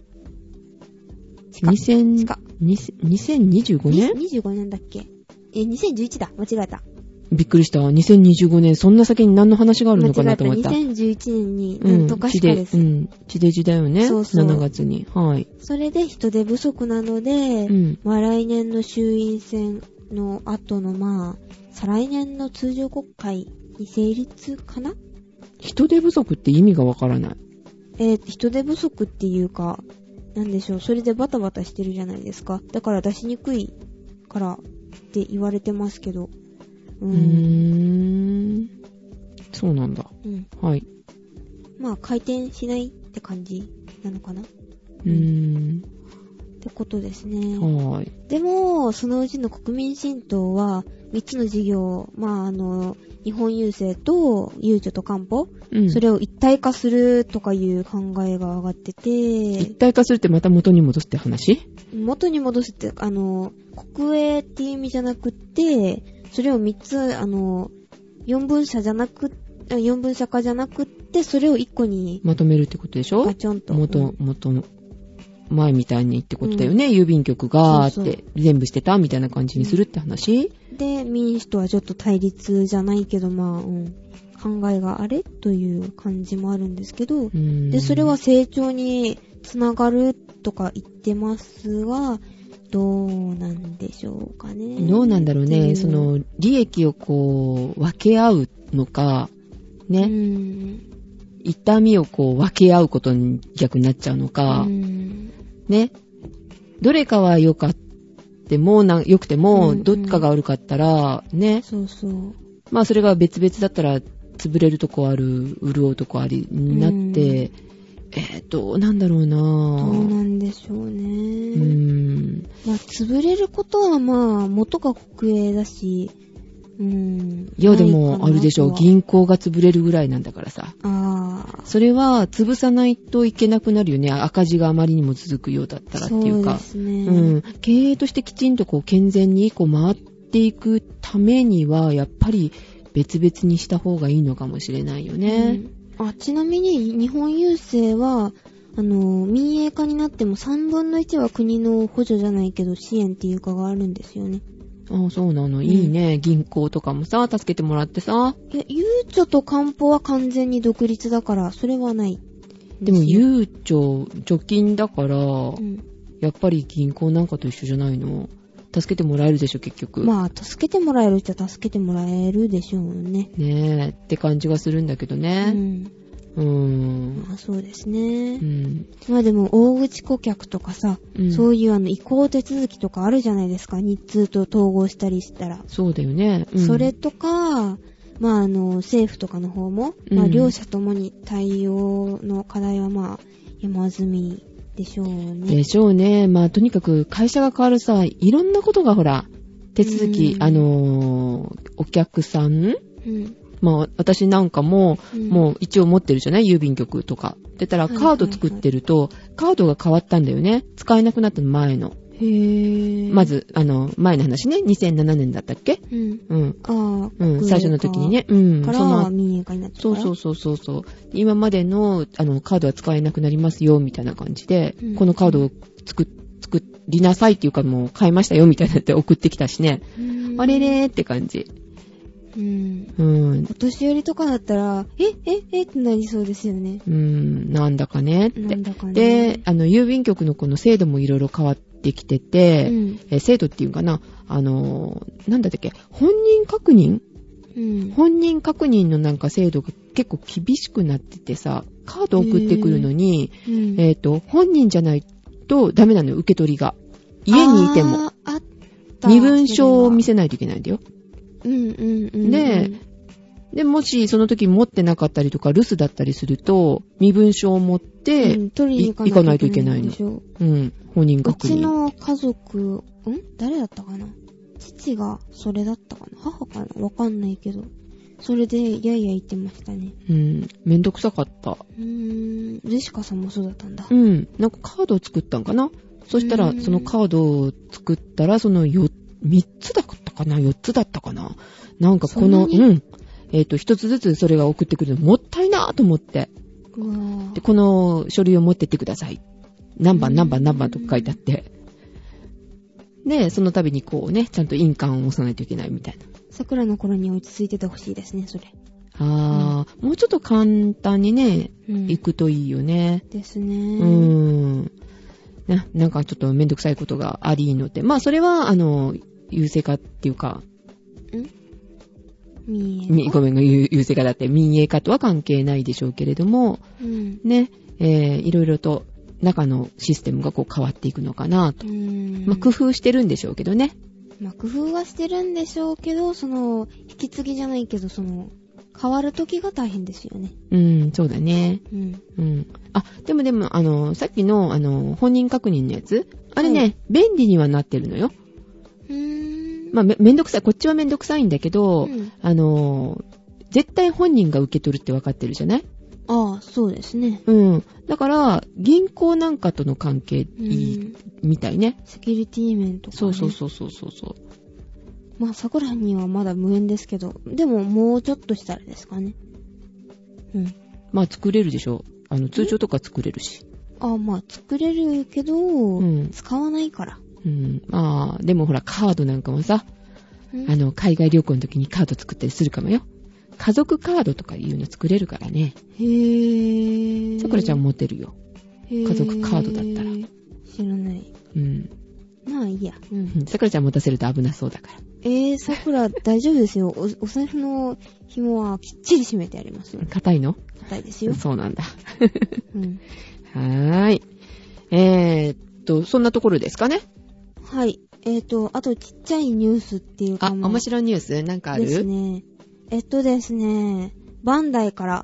[SPEAKER 2] にせんにせんにじゅうごねん
[SPEAKER 1] にじゅうごねんだっけ？え、にせんじゅういちだ。間違えた。
[SPEAKER 2] びっくりした。にせんにじゅうごねん、そんな先に何の話があるのかなと思った。
[SPEAKER 1] にせんじゅういちねんになんとかしかです。
[SPEAKER 2] うん、地デジだよね。そうそう。しちがつに。はい。
[SPEAKER 1] それで人手不足なので、うん、まあ来年の衆院選の後のまあ、再来年の通常国会に成立かな？
[SPEAKER 2] 人手不足って意味がわからない。
[SPEAKER 1] えー、人手不足っていうか、なんでしょう、それでバタバタしてるじゃないですか。だから出しにくいからって言われてますけど。
[SPEAKER 2] うーん。うーん、そうなんだ。うん。はい。
[SPEAKER 1] まあ、回転しないって感じなのかな。
[SPEAKER 2] うーん。
[SPEAKER 1] ってことですね。
[SPEAKER 2] はい。
[SPEAKER 1] でも、そのうちの国民新党は、みっつの事業、まあ、あの、日本郵政と、ゆうちょとかんぽ、うん、それを一体化するとかいう考えが上がってて。
[SPEAKER 2] 一体化するってまた元に戻すって話？
[SPEAKER 1] 元に戻すって、あの、国営っていう意味じゃなくって、それをみっつ、あの、よんぶん社じゃなく、よんぶん社化じゃなくって、それをいっこに。
[SPEAKER 2] まとめるってことでしょ？
[SPEAKER 1] ガチョンと。
[SPEAKER 2] 元、うん、元、前みたいにってことだよね。うん、郵便局がーって、全部してたみたいな感じにするって話？
[SPEAKER 1] うん、で、民主とはちょっと対立じゃないけど、まあ、うん、考えがあれという感じもあるんですけど、で、それは成長につながるとか言ってますが、どうなんでしょうかね。
[SPEAKER 2] どうなんだろうね。その、利益をこう、分け合うのか、ね。うん、痛みをこう、分け合うことに逆になっちゃうのか、うん、ね。どれかは良かっても、な良くても、うんうん、どっかが悪かったら、ね。
[SPEAKER 1] そうそう。
[SPEAKER 2] まあ、それが別々だったら、潰れるとこある、潤うとこありになってえーと、なんだろうな
[SPEAKER 1] どうなんでしょうね。う
[SPEAKER 2] ーん。
[SPEAKER 1] まあ、潰れることはまあ、元が国営だし、うーん。
[SPEAKER 2] いや、でも、あるでしょう。銀行が潰れるぐらいなんだからさ。
[SPEAKER 1] ああ。
[SPEAKER 2] それは、潰さないといけなくなるよね。赤字があまりにも続くようだったらっていうか。
[SPEAKER 1] そうですね。
[SPEAKER 2] うん。経営としてきちんとこう、健全にこう、回っていくためには、やっぱり別々にした方がいいのかもしれないよね。
[SPEAKER 1] うん、あ、ちなみに、日本郵政は、あの、民営化になってもさんぶんのいちは国の補助じゃないけど支援っていうかがあるんですよね。あ
[SPEAKER 2] ああ、そうなの。いいね。うん、銀行とかもさ、助けてもらってさ。
[SPEAKER 1] いや、ゆうちょとかんぽは完全に独立だから、それはない。
[SPEAKER 2] でも、ゆうちょ、貯金だから、うん、やっぱり銀行なんかと一緒じゃないの？助けてもらえるでしょ、結局。
[SPEAKER 1] まあ、助けてもらえる人は助けてもらえるでしょうね。
[SPEAKER 2] ねえ、って感じがするんだけどね。うん。うーん。
[SPEAKER 1] まあ、そうですね。
[SPEAKER 2] うん。
[SPEAKER 1] まあでも、大口顧客とかさ、うん、そういうあの、移行手続きとかあるじゃないですか。日通と統合したりしたら。
[SPEAKER 2] そうだよね。
[SPEAKER 1] うん、それとか、まああの、政府とかの方も、うん、まあ両者ともに対応の課題はまあ、山積みでしょうね。
[SPEAKER 2] でしょうね。まあとにかく会社が変わるさ、いろんなことがほら、手続き、うん、あのー、お客さん、うんまあ、私なんかも、うん、もう一応持ってるじゃない？郵便局とか。って言ったら、カード作ってると、はいはいはい、カードが変わったんだよね。使えなくなったの、前の。
[SPEAKER 1] へー。
[SPEAKER 2] まず、あの、前の話ね。にせんななねんだったっけ？うん。うん。
[SPEAKER 1] ああ。
[SPEAKER 2] うん。最初の時にね。うん。
[SPEAKER 1] からは民営化になっちゃった。
[SPEAKER 2] そうそうそうそう。今までの、あの、カードは使えなくなりますよ、みたいな感じで、うん、このカードを作、作りなさいっていうか、もう買いましたよ、みたいなって送ってきたしね。あれれーって感じ。
[SPEAKER 1] うん。うん。お年寄りとかだったら、え、え、えってなりそうですよね。
[SPEAKER 2] うん。なんだかねって。
[SPEAKER 1] なんだかね。
[SPEAKER 2] で、あの、郵便局のこの制度もいろいろ変わってきてて、うん、え制度っていうかな、あの、なんだったっけ、本人確認、うん、本人確認のなんか制度が結構厳しくなっててさ、カード送ってくるのに、うん、えっと、本人じゃないとダメなのよ、受け取りが。家にいても。ああった。身分証を見せないといけないんだよ。
[SPEAKER 1] うんうんうん、
[SPEAKER 2] で、で、もしその時持ってなかったりとか留守だったりすると、身分証を持って、うん、
[SPEAKER 1] 取りに行
[SPEAKER 2] かないといけないの。うん、本人確認。
[SPEAKER 1] うちの家族、ん誰だったかな？父がそれだったかな？母かな？わかんないけど。それで、いやいや言ってましたね。
[SPEAKER 2] うん、めんどくさかった。う
[SPEAKER 1] ーん、ジェシカさんもそうだったんだ。
[SPEAKER 2] うん、なんかカードを作ったんかな？そしたら、そのカードを作ったら、そのよ、みっつだったかな？ よっ つだったかな？なんかこの、うん。えっと、一つずつそれが送ってくるのもったいなぁと思って。
[SPEAKER 1] うわ
[SPEAKER 2] で、この書類を持ってってください。何番何番何番とか書いてあって。で、その度にこうね、ちゃんと印鑑を押さないといけないみたいな。
[SPEAKER 1] 桜の頃に落ち着いててほしいですね、それ。
[SPEAKER 2] あー、うん、もうちょっと簡単にね、うん、行くといいよね。
[SPEAKER 1] ですね。
[SPEAKER 2] うーん。な、なんかちょっとめんどくさいことがありので。まあ、それは、あの、優勢化っていうか、
[SPEAKER 1] ん民営化
[SPEAKER 2] ごめん、優勢化だって民営化とは関係ないでしょうけれども、うん、ね、えー、いろいろと中のシステムがこう変わっていくのかなと。うんまあ、工夫してるんでしょうけどね。
[SPEAKER 1] まあ、工夫はしてるんでしょうけど、その、引き継ぎじゃないけど、その、変わるときが大変ですよね。
[SPEAKER 2] うん、そうだね。うん。うん。あ、でもでも、あの、さっきの、あの、本人確認のやつ、あれね、はい、便利にはなってるのよ。
[SPEAKER 1] うーん。
[SPEAKER 2] まあ、め、めんどくさい。こっちはめんどくさいんだけど、うん、あの、絶対本人が受け取るって分かってるじゃない？
[SPEAKER 1] ああ、そうですね。
[SPEAKER 2] うん。だから、銀行なんかとの関係いいみたいね。
[SPEAKER 1] セキュリティ面とか、ね。
[SPEAKER 2] そうそうそうそうそう。
[SPEAKER 1] まあ、桜にはまだ無縁ですけど、でももうちょっとしたらですかね。
[SPEAKER 2] うん。まあ、作れるでしょ。あの、通帳とか作れるし。
[SPEAKER 1] ああ、まあ、作れるけど、うん、使わないから。
[SPEAKER 2] うん。まあ、でもほら、カードなんかもさ、あの、海外旅行の時にカード作ったりするかもよ。家族カードとかいうの作れるからね。
[SPEAKER 1] へー。
[SPEAKER 2] さくらちゃん持ってるよ。家族カードだったら。
[SPEAKER 1] 知らない。
[SPEAKER 2] うん。
[SPEAKER 1] まあいいや。
[SPEAKER 2] うん。さくらちゃん持たせると危なそうだから。
[SPEAKER 1] えー、さくら大丈夫ですよ。お、お財布の紐はきっちり締めてありますよ。
[SPEAKER 2] 硬いの？
[SPEAKER 1] 硬いですよ。
[SPEAKER 2] そうなんだ。
[SPEAKER 1] うん。
[SPEAKER 2] はーい。えーっと、そんなところですかね。
[SPEAKER 1] はい。えーっと、あとちっちゃいニュースっていうか、
[SPEAKER 2] あ、面白いニュースなんかある？
[SPEAKER 1] ですね。えっとですね、バンダイから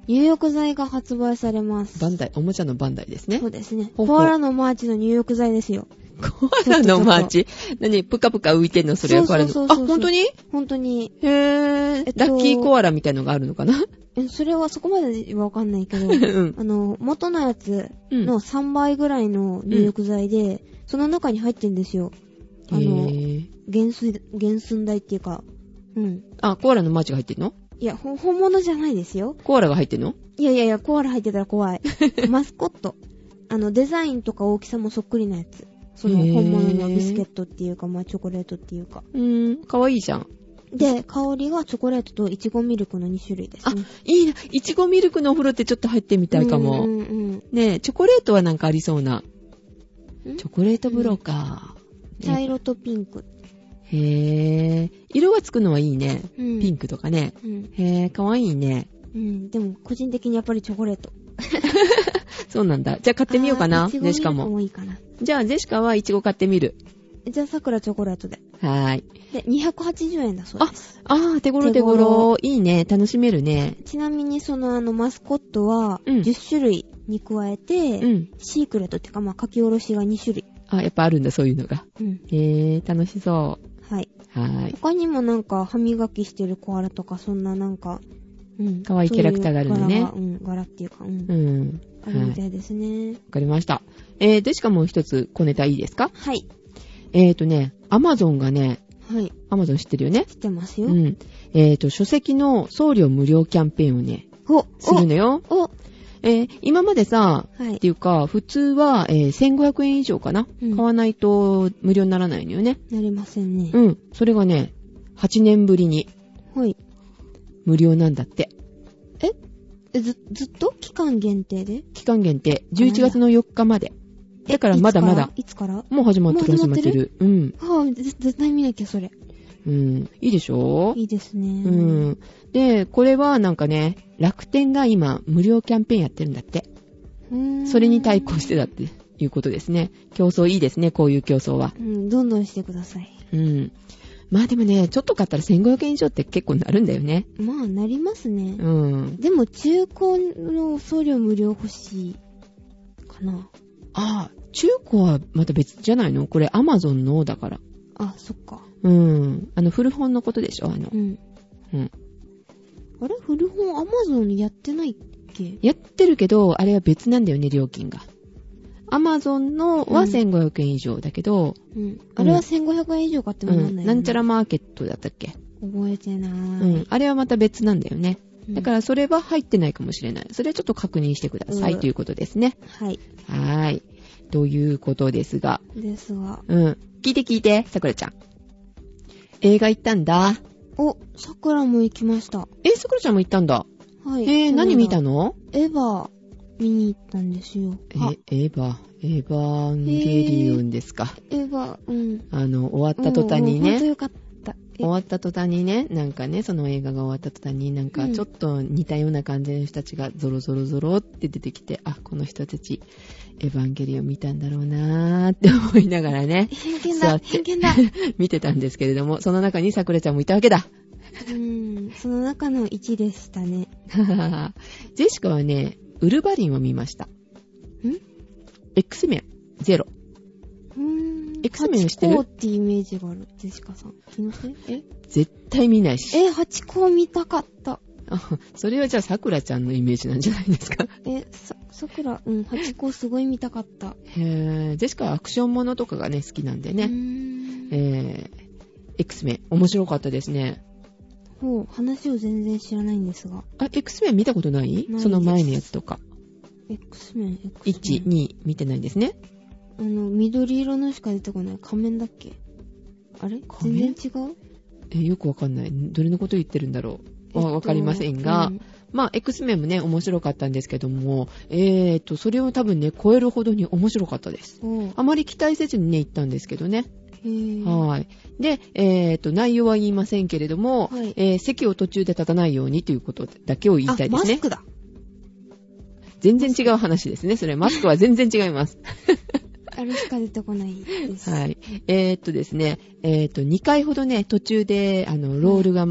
[SPEAKER 1] 入浴剤が発売されます。
[SPEAKER 2] バンダイ、おもちゃのバンダイですね。
[SPEAKER 1] そうですね。
[SPEAKER 2] ほほ
[SPEAKER 1] コアラのマーチの入浴剤ですよ。
[SPEAKER 2] コアラのマーチ何プカプカ浮いてんのそれはコアラの。
[SPEAKER 1] そうそうそうそう。
[SPEAKER 2] あ、本当に
[SPEAKER 1] 本当に。
[SPEAKER 2] へー、えっと。ラッキーコアラみたいのがあるのかな
[SPEAKER 1] それはそこまでわかんないけど、
[SPEAKER 2] うん、
[SPEAKER 1] あの、元のやつのさんばいぐらいの入浴剤で、うん、その中に入ってんですよ。あの、原水、原寸大っていうか、うん。
[SPEAKER 2] あ、コアラのマーチが入ってんの？
[SPEAKER 1] いや、ほ、本物じゃないですよ。
[SPEAKER 2] コアラが入ってんの？
[SPEAKER 1] いやいやいや、コアラ入ってたら怖い。マスコット。あの、デザインとか大きさもそっくりなやつ。その本物のビスケットっていうか、まあチョコレートっていうか。
[SPEAKER 2] うーん、かわいいじゃん。
[SPEAKER 1] で、香りがチョコレートとイチゴミルクのに種類ですね。
[SPEAKER 2] あ、いいな。イチゴミルクのお風呂ってちょっと入ってみたいかも。うんうんうん、ねえ、チョコレートはなんかありそうな。チョコレート風呂か。
[SPEAKER 1] うん、茶色とピンク。
[SPEAKER 2] へえ。色がつくのはいいね。うん、ピンクとかね。うん、へえ、かわいいね。
[SPEAKER 1] うん。でも、個人的にやっぱりチョコレート。
[SPEAKER 2] そうなんだ。じゃあ買ってみようかな。ジェシカも。
[SPEAKER 1] もいいかな。
[SPEAKER 2] じゃあ、ジェシカはイチゴ買ってみる。
[SPEAKER 1] じゃあ、桜チョコレートで。
[SPEAKER 2] はーい。
[SPEAKER 1] で、にひゃくはちじゅうえんだそうです。
[SPEAKER 2] あ、あー、手頃手頃。いいね。楽しめるね。
[SPEAKER 1] ちなみに、その、あの、マスコットは、じゅっしゅるいに加えて、うん、シークレットっていうか、まあ、書き下ろしがに種類。
[SPEAKER 2] あ、やっぱあるんだ、そういうのが。うん。へー、楽しそう。
[SPEAKER 1] はい。
[SPEAKER 2] はーい。
[SPEAKER 1] 他にもなんか、歯磨きしてるコアラとか、そんななんか、
[SPEAKER 2] うん。かわいいキャラクターがあるのね。
[SPEAKER 1] 柄が、うん、柄っていうか、うん。
[SPEAKER 2] うん。
[SPEAKER 1] あるみたいですね。わ、はい、
[SPEAKER 2] かりました。えー、でしかもう一つ小ネタいいですか？
[SPEAKER 1] はい。
[SPEAKER 2] えーとね、アマゾンがね、
[SPEAKER 1] はい。
[SPEAKER 2] アマゾン知ってるよね？
[SPEAKER 1] 知ってますよ。
[SPEAKER 2] うん。えーと、書籍の送料無料キャンペーンをね、
[SPEAKER 1] お
[SPEAKER 2] するのよ。
[SPEAKER 1] おお
[SPEAKER 2] えー、今までさ、
[SPEAKER 1] はい、
[SPEAKER 2] っていうか、普通は、えー、せんごひゃくえん以上かな、うん、買わないと無料にならないのよね。
[SPEAKER 1] なりませんね。
[SPEAKER 2] うん。それがね、はちねんぶりに、
[SPEAKER 1] はい。
[SPEAKER 2] 無料なんだって。
[SPEAKER 1] えず、ずっと期間限定で？
[SPEAKER 2] 期間限定。じゅういちがつのよっかまで。だからまだまだ。
[SPEAKER 1] いつから？
[SPEAKER 2] もう始まってる始まってる。うん。
[SPEAKER 1] はぁ、絶対見なきゃ、それ。
[SPEAKER 2] うん。いいでしょ？
[SPEAKER 1] いいですね。
[SPEAKER 2] うん。で、これはなんかね、楽天が今、無料キャンペーンやってるんだって。うーん。それに対抗してだっていうことですね。競争いいですね、こういう競争は。
[SPEAKER 1] うん、どんどんしてください。
[SPEAKER 2] うん。まあでもね、ちょっと買ったらせんごひゃくえん以上って結構なるんだよね。
[SPEAKER 1] まあ、なりますね。
[SPEAKER 2] うん。
[SPEAKER 1] でも、中古の送料無料欲しいかな。
[SPEAKER 2] ああ、中古はまた別じゃないの？これアマゾンのだから。
[SPEAKER 1] あ、そっか。
[SPEAKER 2] うん。あの、古本のことでしょ？あの。うん。うん。
[SPEAKER 1] あれ？古本アマゾンやってないっけ？
[SPEAKER 2] やってるけど、あれは別なんだよね、料金が。アマゾンのはせんごひゃくえん以上だけど、
[SPEAKER 1] うん。うん、あれはせんごひゃくえん以上買ってもなんないよね、うん。
[SPEAKER 2] なんちゃらマーケットだったっけ？
[SPEAKER 1] 覚えてなーい。
[SPEAKER 2] うん。あれはまた別なんだよね。だからそれは入ってないかもしれない。それはちょっと確認してください、うん、ということですね。
[SPEAKER 1] はい。
[SPEAKER 2] はーい。ということですが。
[SPEAKER 1] ですが。
[SPEAKER 2] うん。聞いて聞いて、さくらちゃん。映画行ったんだ。
[SPEAKER 1] お、さくらも行きました。
[SPEAKER 2] え、さくらちゃんも行ったんだ。
[SPEAKER 1] はい。
[SPEAKER 2] えー、何見たの？
[SPEAKER 1] エヴァ見に行ったんですよ。
[SPEAKER 2] え、エヴァ、エヴァンゲリオンですか。
[SPEAKER 1] エヴァ、うん。
[SPEAKER 2] あの、終わった途端にね。
[SPEAKER 1] ほんとよかった。
[SPEAKER 2] 終わった途端にね、なんかね、その映画が終わった途端になんかちょっと似たような感じの人たちがゾロゾロゾロって出てきて、あ、この人たち、エヴァンゲリオン見たんだろうなーって思いながらね。
[SPEAKER 1] 偏見だ、偏見だ。
[SPEAKER 2] 見てたんですけれども、その中にさくらちゃんもいたわけだ。
[SPEAKER 1] うーん、その中のいちでしたね。
[SPEAKER 2] ジェシカはね、ウルヴァリンを見ました。ん ?X メン、ゼロ。
[SPEAKER 1] うーん。
[SPEAKER 2] X メン知ってる？
[SPEAKER 1] ハチ公ってイメージがある。ジェシカさん。気のせい？え？
[SPEAKER 2] 絶対見ないし。
[SPEAKER 1] え、ハチ公見たかった。
[SPEAKER 2] あ、それはじゃあさくらちゃんのイメージなんじゃないですか？
[SPEAKER 1] え、さ、さくら、うん、ハチ公すごい見たかった。
[SPEAKER 2] へー、ジェシカはアクションものとかがね、好きなんでね。うーんえー、X メン、面白かったですね。
[SPEAKER 1] ほう、話を全然知らないんですが。
[SPEAKER 2] あ、X メン見たことない？ないその前のやつとか。
[SPEAKER 1] X メン、X メン。
[SPEAKER 2] いち、に見てないんですね。
[SPEAKER 1] あの、緑色のしか出てこない仮面だっけ？あれ？全然違う？
[SPEAKER 2] え、よくわかんない。どれのこと言ってるんだろう。わ、えっと、かりませんが、うん、まあ、X メンもね、面白かったんですけども、えーと、それを多分ね、超えるほどに面白かったです。あまり期待せずにね、行ったんですけどね。はい。で、えーと、内容は言いませんけれども、はいえー、席を途中で立たないようにということだけを言いたいですね。
[SPEAKER 1] マスクだ。
[SPEAKER 2] 全然違う話ですね。それ、マスクは全然違います。
[SPEAKER 1] あれしか出てこないです。
[SPEAKER 2] はい。えー、っとですね、えー、っと、にかいほどね、途中で、あの、ロールが回っ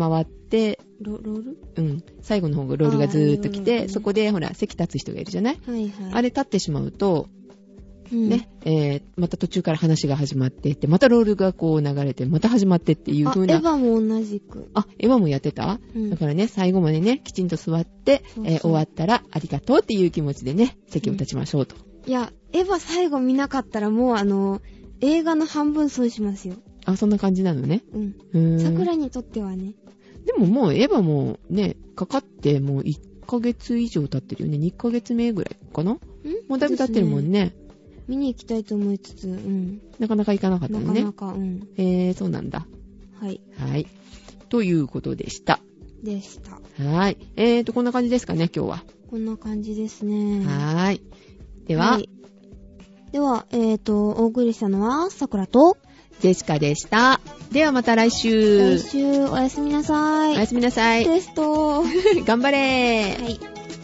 [SPEAKER 2] で、
[SPEAKER 1] ロロール
[SPEAKER 2] うん、最後の方がロールがずーっと来て、
[SPEAKER 1] ね、
[SPEAKER 2] そこでほら席立つ人がいるじゃない、
[SPEAKER 1] はいはい、
[SPEAKER 2] あれ立ってしまうと、
[SPEAKER 1] うん、
[SPEAKER 2] ね、えー、また途中から話が始まってって、またロールがこう流れて、また始まってっていう風な。
[SPEAKER 1] あ、エヴァも同じく。
[SPEAKER 2] あ、エヴァもやってた、うん、だからね、最後までね、きちんと座って、そうそう、えー、終わったらありがとうっていう気持ちでね、席を立ちましょうと。
[SPEAKER 1] うん、いや、エヴァ最後見なかったらもうあの、映画の半分損しますよ。
[SPEAKER 2] あ、そんな感じなのね。
[SPEAKER 1] うん。うーん、桜にとってはね。
[SPEAKER 2] でももうエヴァもね、かかってもういっかげつ以上経ってるよね。にかげつめぐらいかな。んもうだいぶ経ってるもんね。
[SPEAKER 1] 見に行きたいと思いつつ、うん。
[SPEAKER 2] なかなか行かなかったよね。
[SPEAKER 1] なかなか、うん。
[SPEAKER 2] えー、そうなんだ。
[SPEAKER 1] はい。
[SPEAKER 2] はい。ということでした。
[SPEAKER 1] でした。
[SPEAKER 2] はい。えーと、こんな感じですかね、今日は。
[SPEAKER 1] こんな感じですね。
[SPEAKER 2] はい。では、はい、
[SPEAKER 1] では、えーと、お送りしたのは、さくらと、
[SPEAKER 2] ジェシカでした。ではまた来週。
[SPEAKER 1] 来週、おやすみなさい。
[SPEAKER 2] おやすみなさい。
[SPEAKER 1] テスト。
[SPEAKER 2] 頑張れー。
[SPEAKER 1] はい。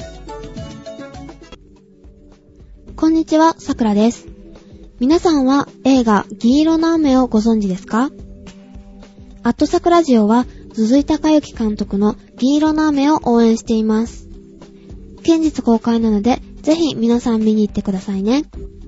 [SPEAKER 1] こんにちは、さくらです。皆さんは映画銀色の雨をご存知ですか？アットサクラジオは鈴井貴之監督の銀色の雨を応援しています。近日公開なのでぜひ皆さん見に行ってくださいね。